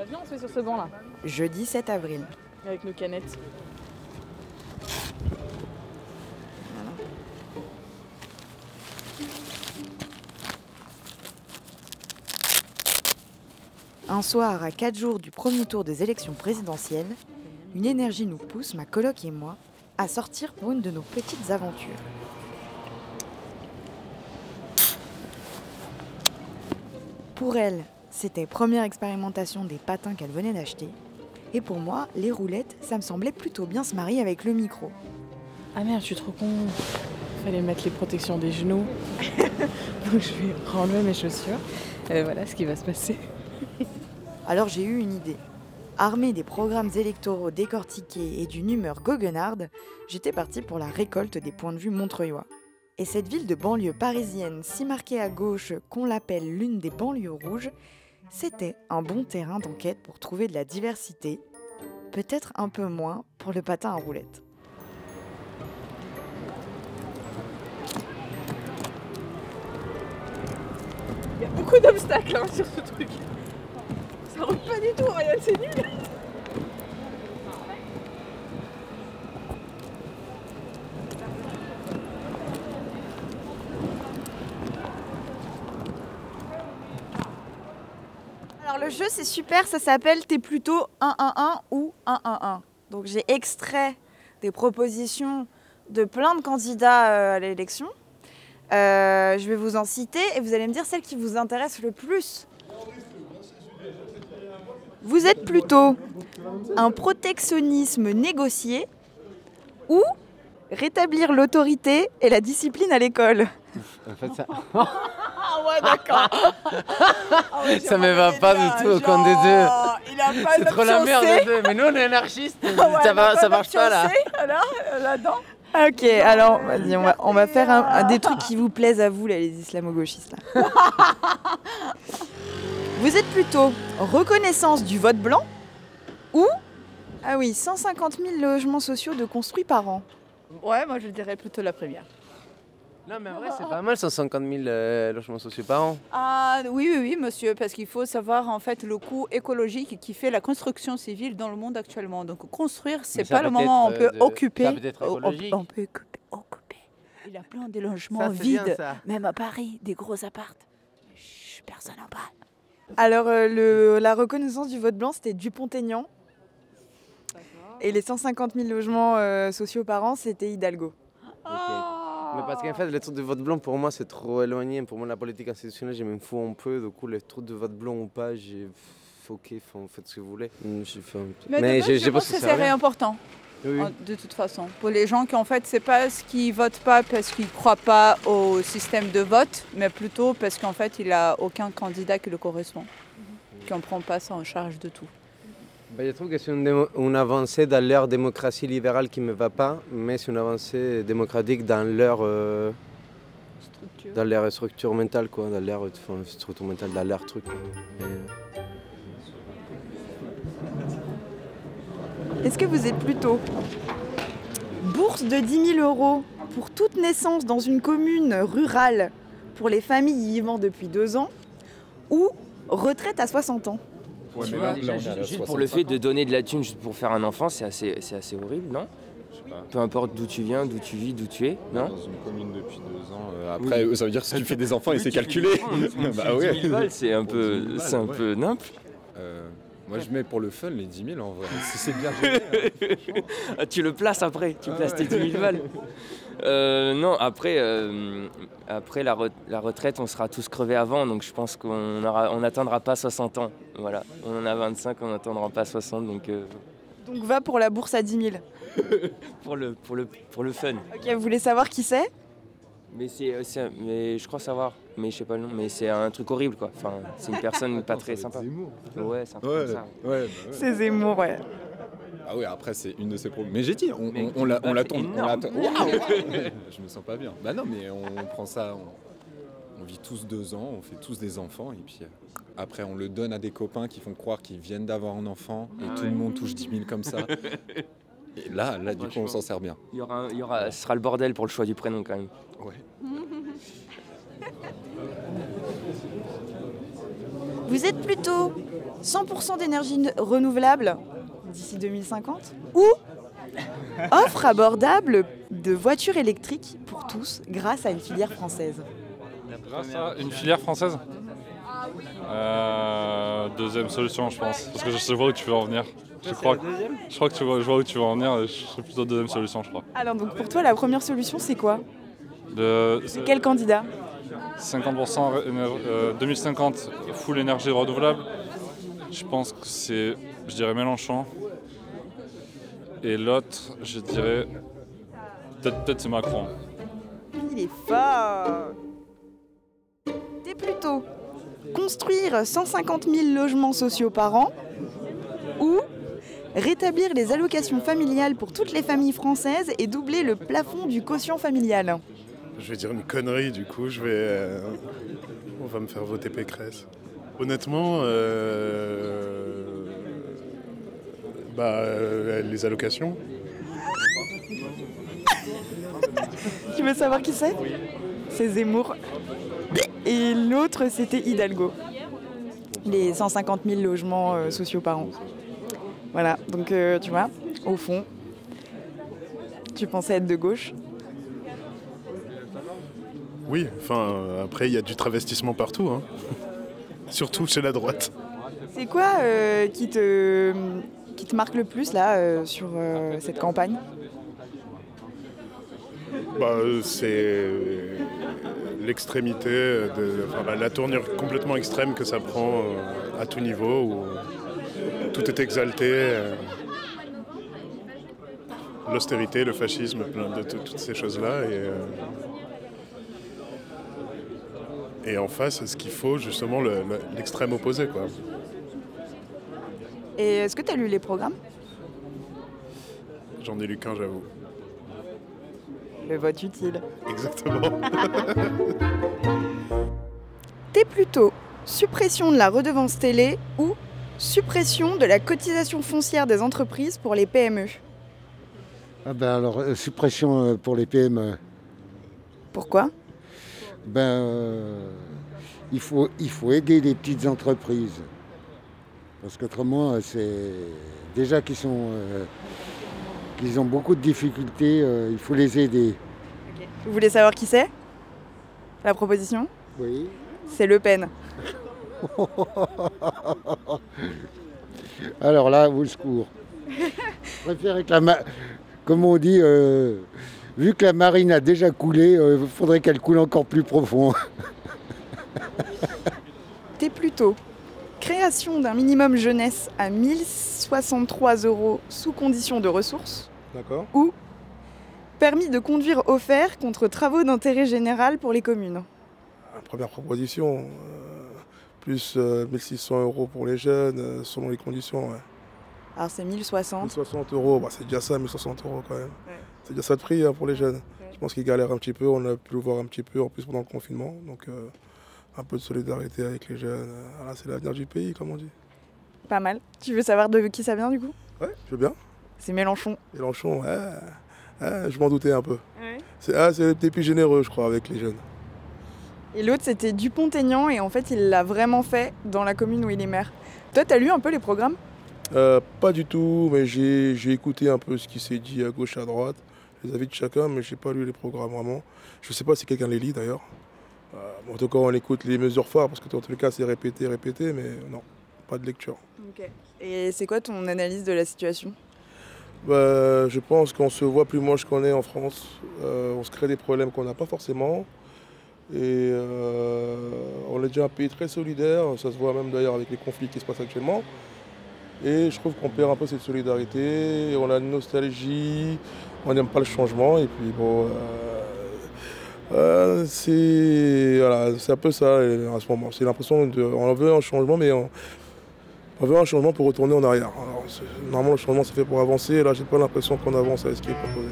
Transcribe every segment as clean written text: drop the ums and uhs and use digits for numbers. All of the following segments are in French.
Viens, on se fait sur ce banc-là, Jeudi 7 avril. avec nos canettes. Un soir, à 4 jours du premier tour des élections présidentielles, une énergie nous pousse, ma coloc et moi, à sortir pour une de nos petites aventures. Pour elle, c'était première expérimentation des patins qu'elle venait d'acheter. Et pour moi, les roulettes, ça me semblait plutôt bien se marier avec le micro. Ah merde, je suis trop con. Fallait mettre les protections des genoux. Donc je vais renlever mes chaussures. Voilà ce qui va se passer. Alors j'ai eu une idée. Armée des programmes électoraux décortiqués et d'une humeur goguenarde, j'étais partie pour la récolte des points de vue montreuillois. Et cette ville de banlieue parisienne si marquée à gauche qu'on l'appelle l'une des banlieues rouges, c'était un bon terrain d'enquête pour trouver de la diversité, peut-être un peu moins pour le patin à roulettes. Il y a beaucoup d'obstacles sur ce truc. Ça roule pas du tout, Ryan, c'est nul. Alors le jeu c'est super, ça s'appelle T'es plutôt 1-1-1 ou 1-1-1. Donc j'ai extrait des propositions de plein de candidats à l'élection. Je vais vous en citer et vous allez me dire celle qui vous intéresse le plus. Vous êtes plutôt un protectionnisme négocié ou rétablir l'autorité et la discipline à l'école. En fait, ça... Ah ouais, d'accord. Ah ouais, ça me va pas du tout au compte des deux. Il a pas C'est trop la merde les deux. Mais nous on est anarchistes. Ça marche pas là. Là-dedans. Ok, alors vas-y, on va faire des trucs qui vous plaisent à vous, là, les islamo-gauchistes. Là. Vous êtes plutôt reconnaissance du vote blanc ou, 150 000 logements sociaux de construits par an. Ouais, moi je dirais plutôt la première. Non mais en vrai c'est pas mal 150 000 logements sociaux par an. Ah oui, monsieur, parce qu'il faut savoir en fait le coût écologique qui fait la construction civile dans le monde actuellement. Donc construire, c'est pas le moment où on peut occuper. Ça peut être écologique. On peut occuper. Il y a plein de logements Ça, c'est bien, vides, ça. même à Paris, des gros apparts. Chut, personne n'en parle. Alors la reconnaissance du vote blanc, c'était Dupont-Aignan. Et les 150 000 logements sociaux par an, c'était Hidalgo. Mais parce qu'en fait, les trucs de vote blanc, pour moi, c'est trop éloigné. Pour moi, la politique institutionnelle, je m'en fous un peu. Du coup, les trucs de vote blanc ou pas, ok, faites ce que vous voulez. Mais je pense que c'est réimportant. Oui. De toute façon, pour les gens qui en fait c'est pas ce qui votent pas parce qu'ils croient pas au système de vote, mais plutôt parce qu'en fait il a aucun candidat qui le correspond, qui en prend pas ça en charge de tout. Je trouve que c'est une avancée dans leur démocratie libérale qui ne me va pas, mais c'est une avancée démocratique dans leur structure mentale, quoi, dans leur structure mentale, dans leur truc. Est-ce que vous êtes plutôt bourse de 10 000 € pour toute naissance dans une commune rurale pour les familles y vivant depuis 2 ans ou retraite à 60 ans? Ouais, tu vois, juste pour le fait de donner de la thune juste pour faire un enfant, c'est assez horrible, non? Peu importe d'où tu viens, d'où tu vis, d'où tu es, non? Dans une commune depuis 2 ans. Après, ça veut dire que si tu fais des enfants et c'est calculé. Bah ouais. 10 000 balles, c'est un peu nimp. Moi, je mets pour le fun les 10 000 en vrai. Si c'est bien géré. Ah, tu le places après, tu places tes 10 000 balles. Non, après la retraite, on sera tous crevés avant, donc je pense qu'on n'atteindra pas 60 ans. Voilà, on en a 25, on n'atteindra pas 60, donc va pour la bourse à 10 000. pour le fun. Ok, vous voulez savoir qui c'est? Mais mais je crois savoir, mais je sais pas le nom, mais c'est un truc horrible quoi. Enfin, c'est une personne pas très sympa. Zemmour. Ouais, c'est un truc comme ça. Ouais. C'est Zemmour, ouais. Ah oui, après c'est une de ses problèmes. Mais j'ai dit, on la tombe. Je me sens pas bien. Bah non, mais on prend ça, on vit tous 2 ans, on fait tous des enfants et puis après on le donne à des copains qui font croire qu'ils viennent d'avoir un enfant et tout le monde touche 10 000 comme ça. Et là du coup on s'en sert bien. Ce sera le bordel pour le choix du prénom quand même. Ouais. Vous êtes plutôt 100% d'énergie renouvelable d'ici 2050 ou offre abordable de voitures électriques pour tous grâce à une filière française? Grâce à une filière française deuxième solution, je pense. Parce que je vois où tu veux en venir. Je crois que je vois où tu veux en venir. Je serais plutôt deuxième solution, je crois. Alors donc pour toi, la première solution, c'est quoi? C'est Quel candidat? 50% 2050 full énergie renouvelable. Je pense que c'est, je dirais Mélenchon. Et l'autre, je dirais peut-être c'est Macron. Il est fort. T'es plutôt construire 150 000 logements sociaux par an ou rétablir les allocations familiales pour toutes les familles françaises et doubler le plafond du quotient familial? Je vais dire une connerie, du coup, on va me faire voter Pécresse. Honnêtement, les allocations. Tu veux savoir qui c'est? C'est Zemmour. Et l'autre, c'était Hidalgo. Les 150 000 logements sociaux par an. Voilà, donc tu vois, au fond, tu pensais être de gauche? Oui, après, il y a du travestissement partout, hein. Surtout chez la droite. C'est quoi qui te marque le plus, là, sur cette campagne? C'est l'extrémité, la tournure complètement extrême que ça prend à tout niveau, où tout est exalté. L'austérité, le fascisme, plein de toutes ces choses-là. Et en face, ce qu'il faut, justement, l'extrême opposé, quoi. Et est-ce que tu as lu les programmes? J'en ai lu qu'un, j'avoue. Le vote utile. Exactement. T'es plutôt suppression de la redevance télé ou suppression de la cotisation foncière des entreprises pour les PME? Suppression pour les PME. Pourquoi? Il faut aider les petites entreprises. Parce qu'autrement, c'est déjà qu'ils ont beaucoup de difficultés, il faut les aider. Okay. Vous voulez savoir qui c'est? La proposition? Oui. C'est Le Pen. Alors là, au secours. Je préfère comme on dit, vu que la marine a déjà coulé, il faudrait qu'elle coule encore plus profond. T'es plutôt création d'un minimum jeunesse à 1063 € sous condition de ressources. D'accord. Ou permis de conduire offert contre travaux d'intérêt général pour les communes. Première proposition, plus 1600 € pour les jeunes, selon les conditions. Ouais. Alors c'est 1060. 1060 €, c'est déjà ça, 1060 € quand même. Ouais. C'est déjà ça de prix pour les jeunes. Ouais. Je pense qu'ils galèrent un petit peu, on a pu le voir un petit peu en plus pendant le confinement. Donc un peu de solidarité avec les jeunes. Voilà, c'est l'avenir du pays, comme on dit. Pas mal. Tu veux savoir de qui ça vient du coup? Ouais, je veux bien. C'est Mélenchon. Mélenchon, je m'en doutais un peu. Ouais. C'était plus généreux, je crois, avec les jeunes. Et l'autre, c'était Dupont-Aignan, et en fait, il l'a vraiment fait dans la commune où il est maire. Toi, t'as lu un peu les programmes? Pas du tout, mais j'ai écouté un peu ce qui s'est dit à gauche, à droite, les avis de chacun, mais j'ai pas lu les programmes vraiment. Je sais pas si quelqu'un les lit d'ailleurs. En tout cas, on écoute les mesures phares, parce que dans tous les cas, c'est répété, mais non, pas de lecture. Ok. Et c'est quoi ton analyse de la situation? Je pense qu'on se voit plus moche qu'on est en France. On se crée des problèmes qu'on n'a pas forcément. Et on est déjà un pays très solidaire, ça se voit même d'ailleurs avec les conflits qui se passent actuellement. Et je trouve qu'on perd un peu cette solidarité, on a une nostalgie, on n'aime pas le changement. Et puis bon, c'est un peu ça à ce moment. C'est l'impression qu'on veut un changement, mais on veut un changement pour retourner en arrière. Alors, normalement, le changement c'est fait pour avancer, là j'ai pas l'impression qu'on avance avec ce qui est proposé.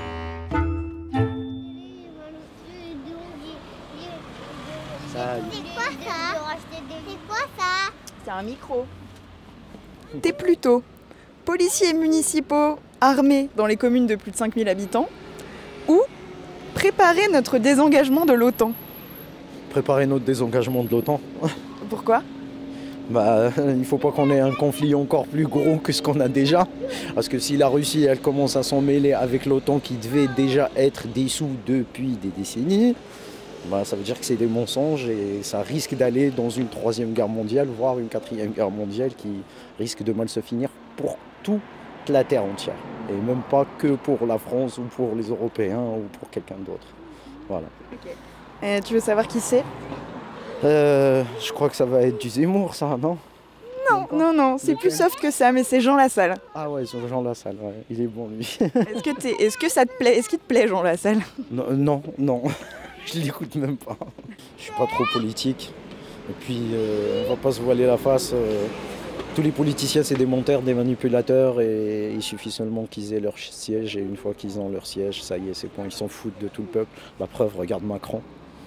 C'est quoi ça? C'est un micro. T'es plutôt policiers municipaux armés dans les communes de plus de 5000 habitants ou préparer notre désengagement de l'OTAN? Préparer notre désengagement de l'OTAN. Pourquoi? il ne faut pas qu'on ait un conflit encore plus gros que ce qu'on a déjà. Parce que si la Russie elle commence à s'en mêler avec l'OTAN qui devait déjà être dissous depuis des décennies, ça veut dire que c'est des mensonges et ça risque d'aller dans une 3e guerre mondiale, voire une 4e guerre mondiale qui risque de mal se finir pour toute la Terre entière. Et même pas que pour la France ou pour les Européens ou pour quelqu'un d'autre. Voilà. Okay. Tu veux savoir qui c'est ? Je crois que ça va être du Zemmour, ça, non ? Non, c'est plus soft que ça, mais c'est Jean Lassalle. Ah ouais, Jean Lassalle, ouais. Il est bon, lui. Est-ce que ça te plaît ? Est-ce qu'il te plaît, Jean Lassalle ? Non. Je l'écoute même pas. Je suis pas trop politique. Et puis, on va pas se voiler la face. Tous les politiciens, c'est des menteurs, des manipulateurs. Et il suffit seulement qu'ils aient leur siège. Et une fois qu'ils ont leur siège, ça y est, c'est bon. Ils s'en foutent de tout le peuple. La preuve, regarde Macron.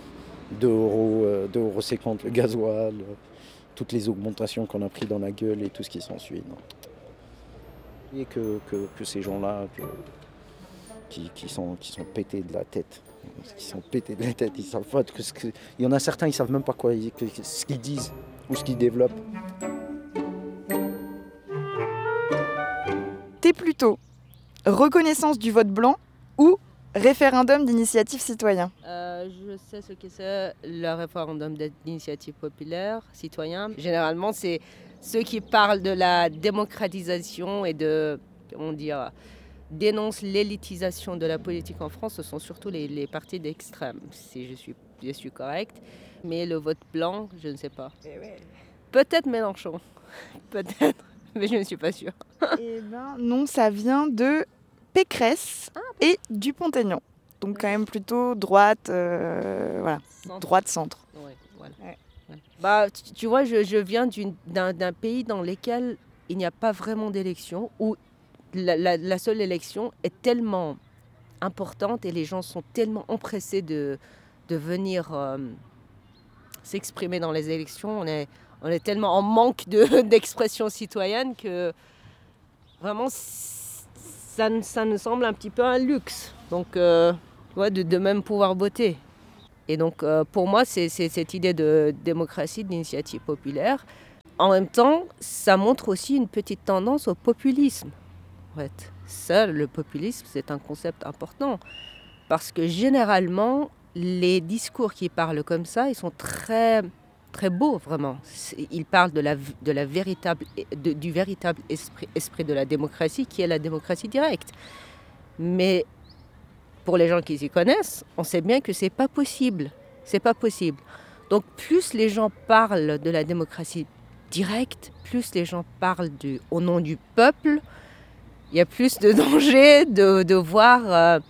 2,50 € le gasoil. Toutes les augmentations qu'on a pris dans la gueule et tout ce qui s'ensuit. Et que ces gens-là qui sont pétés de la tête. Ils savent pas il y en a certains, ils savent même pas ce qu'ils disent ou ce qu'ils développent. T'es plutôt reconnaissance du vote blanc ou référendum d'initiative citoyen ? Je sais ce que c'est le référendum d'initiative populaire citoyen. Généralement, c'est ceux qui parlent de la démocratisation et de, dénoncent l'élitisation de la politique en France. Ce sont surtout les partis d'extrême, si je suis correcte. Mais le vote blanc, je ne sais pas. Peut-être Mélenchon, peut-être, mais je ne suis pas sûre. Non, ça vient de Pécresse et Dupont-Aignan. Donc quand même plutôt droite, droite-centre. Ouais, voilà. Ouais. Tu vois, je viens d'un pays dans lequel il n'y a pas vraiment d'élection, où la seule élection est tellement importante et les gens sont tellement empressés de venir s'exprimer dans les élections. On est tellement en manque d'expression citoyenne que vraiment ça nous semble un petit peu un luxe. Donc, de même pouvoir voter. Et donc, pour moi, c'est cette idée de démocratie, d'initiative populaire. En même temps, ça montre aussi une petite tendance au populisme. En fait, ça, le populisme, c'est un concept important. Parce que généralement, les discours qui parlent comme ça, ils sont très, très beaux, vraiment. Ils parlent du véritable esprit de la démocratie, qui est la démocratie directe. Mais pour les gens qui s'y connaissent, on sait bien que c'est pas possible. C'est pas possible. Donc plus les gens parlent de la démocratie directe, plus les gens parlent au nom du peuple, il y a plus de danger de voir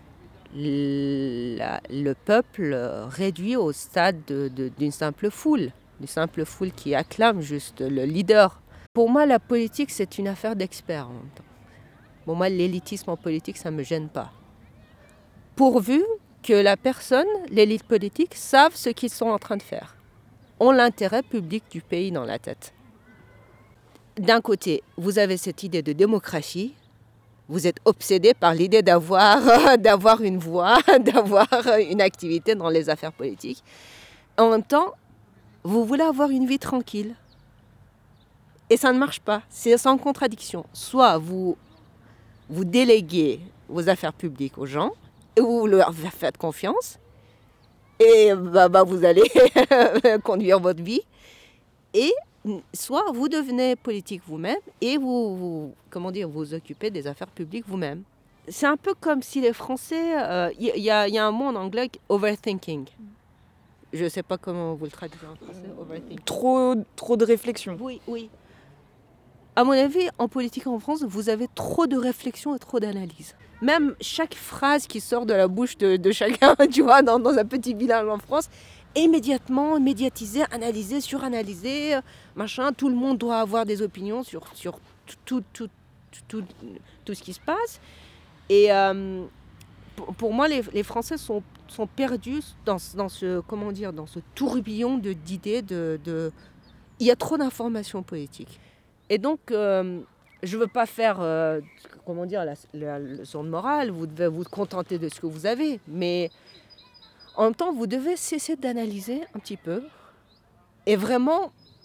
le peuple réduit au stade d'une simple foule qui acclame juste le leader. Pour moi, la politique, c'est une affaire d'experts en même temps. Pour moi, l'élitisme en politique, ça ne me gêne pas. Pourvu que la personne, l'élite politique, savent ce qu'ils sont en train de faire. Ont l'intérêt public du pays dans la tête. D'un côté, vous avez cette idée de démocratie. Vous êtes obsédé par l'idée d'avoir une voix, d'avoir une activité dans les affaires politiques. En même temps, vous voulez avoir une vie tranquille. Et ça ne marche pas. C'est sans contradiction. Soit vous déléguez vos affaires publiques aux gens, et vous leur faites confiance, et vous allez conduire votre vie. Et soit vous devenez politique vous-même et vous occupez des affaires publiques vous-même. C'est un peu comme si les Français... Il y a un mot en anglais, overthinking. Je ne sais pas comment vous le traduisez en français, overthinking. Trop de réflexion. Oui. À mon avis, en politique en France, vous avez trop de réflexion et trop d'analyse. Même chaque phrase qui sort de la bouche de chacun, tu vois, dans un petit village en France, immédiatement médiatisé, analysé, suranalysé, machin. Tout le monde doit avoir des opinions sur tout ce qui se passe. Et pour moi, les Français sont perdus dans ce tourbillon d'idées. Il y a trop d'informations politiques. Et donc, je ne veux pas faire la leçon de morale. Vous devez vous contenter de ce que vous avez. Mais en même temps, vous devez cesser d'analyser un petit peu et vraiment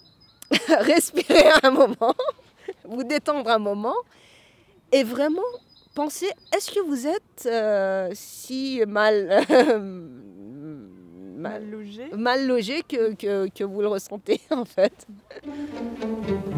respirer un moment, vous détendre un moment et vraiment penser, est-ce que vous êtes si mal logé que vous le ressentez en fait.